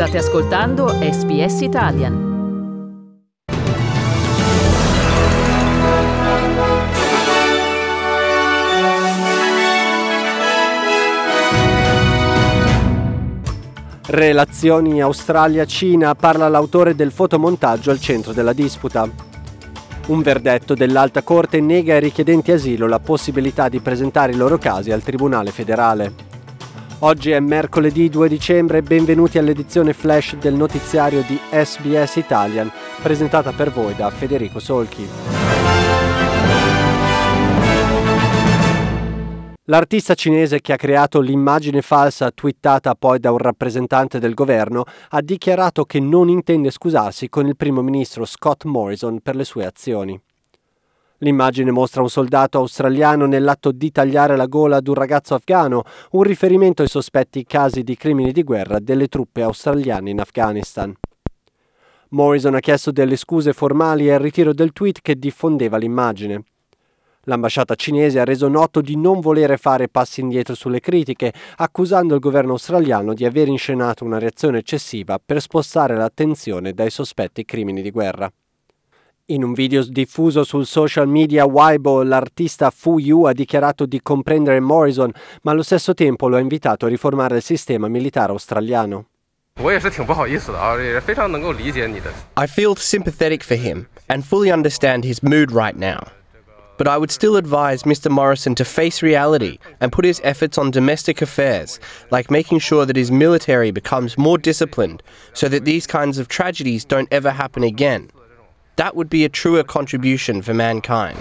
State ascoltando SBS Italian. Relazioni Australia-Cina, parla l'autore del fotomontaggio al centro della disputa. Un verdetto dell'Alta Corte nega ai richiedenti asilo la possibilità di presentare i loro casi al Tribunale federale. Oggi è mercoledì 2 dicembre e benvenuti all'edizione flash del notiziario di SBS Italian, presentata per voi da Federico Solchi. L'artista cinese che ha creato l'immagine falsa twittata poi da un rappresentante del governo ha dichiarato che non intende scusarsi con il primo ministro Scott Morrison per le sue azioni. L'immagine mostra un soldato australiano nell'atto di tagliare la gola ad un ragazzo afghano, un riferimento ai sospetti casi di crimini di guerra delle truppe australiane in Afghanistan. Morrison ha chiesto delle scuse formali e il ritiro del tweet che diffondeva l'immagine. L'ambasciata cinese ha reso noto di non volere fare passi indietro sulle critiche, accusando il governo australiano di aver inscenato una reazione eccessiva per spostare l'attenzione dai sospetti crimini di guerra. In un video diffuso sul social media Weibo, l'artista Fu Yu ha dichiarato di comprendere Morrison, ma allo stesso tempo lo ha invitato a riformare il sistema militare australiano. I feel sympathetic for him and fully understand his mood right now. But I would still advise Mr. Morrison to face reality and put his efforts on domestic affairs, like making sure that his military becomes more disciplined so that these kinds of tragedies don't ever happen again. That would be a truer contribution for mankind.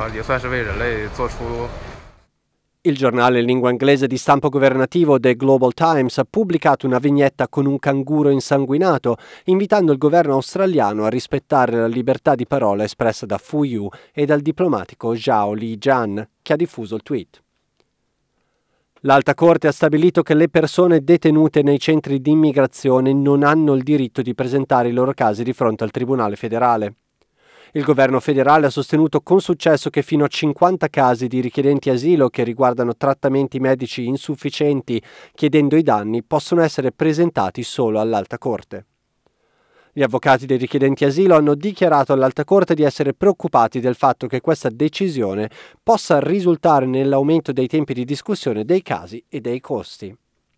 Il giornale in lingua inglese di stampo governativo The Global Times ha pubblicato una vignetta con un canguro insanguinato, invitando il governo australiano a rispettare la libertà di parola espressa da Fu Yu e dal diplomatico Zhao Lijian, che ha diffuso il tweet. L'Alta Corte ha stabilito che le persone detenute nei centri di immigrazione non hanno il diritto di presentare i loro casi di fronte al Tribunale federale. Il governo federale ha sostenuto con successo che fino a 50 casi di richiedenti asilo che riguardano trattamenti medici insufficienti chiedendo i danni possono essere presentati solo all'Alta Corte. Gli avvocati dei richiedenti asilo hanno dichiarato all'Alta Corte di essere preoccupati del fatto che questa decisione possa risultare nell'aumento dei tempi di discussione dei casi e dei costi.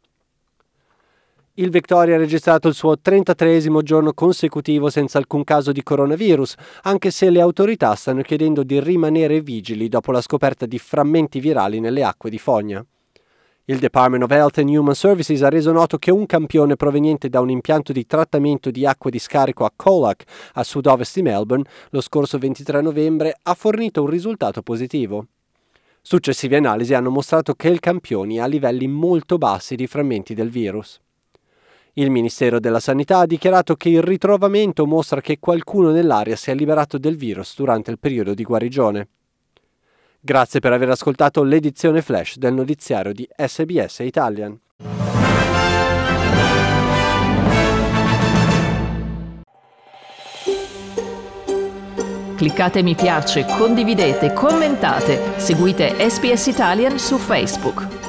Il Victoria ha registrato il suo 33esimo giorno consecutivo senza alcun caso di coronavirus, anche se le autorità stanno chiedendo di rimanere vigili dopo la scoperta di frammenti virali nelle acque di fogna. Il Department of Health and Human Services ha reso noto che un campione proveniente da un impianto di trattamento di acque di scarico a Colac, a sud-ovest di Melbourne, lo scorso 23 novembre, ha fornito un risultato positivo. Successive analisi hanno mostrato che il campione ha livelli molto bassi di frammenti del virus. Il Ministero della Sanità ha dichiarato che il ritrovamento mostra che qualcuno nell'area si è liberato del virus durante il periodo di guarigione. Grazie per aver ascoltato l'edizione flash del notiziario di SBS Italian. Cliccate mi piace, condividete, commentate, seguite SBS Italian su Facebook.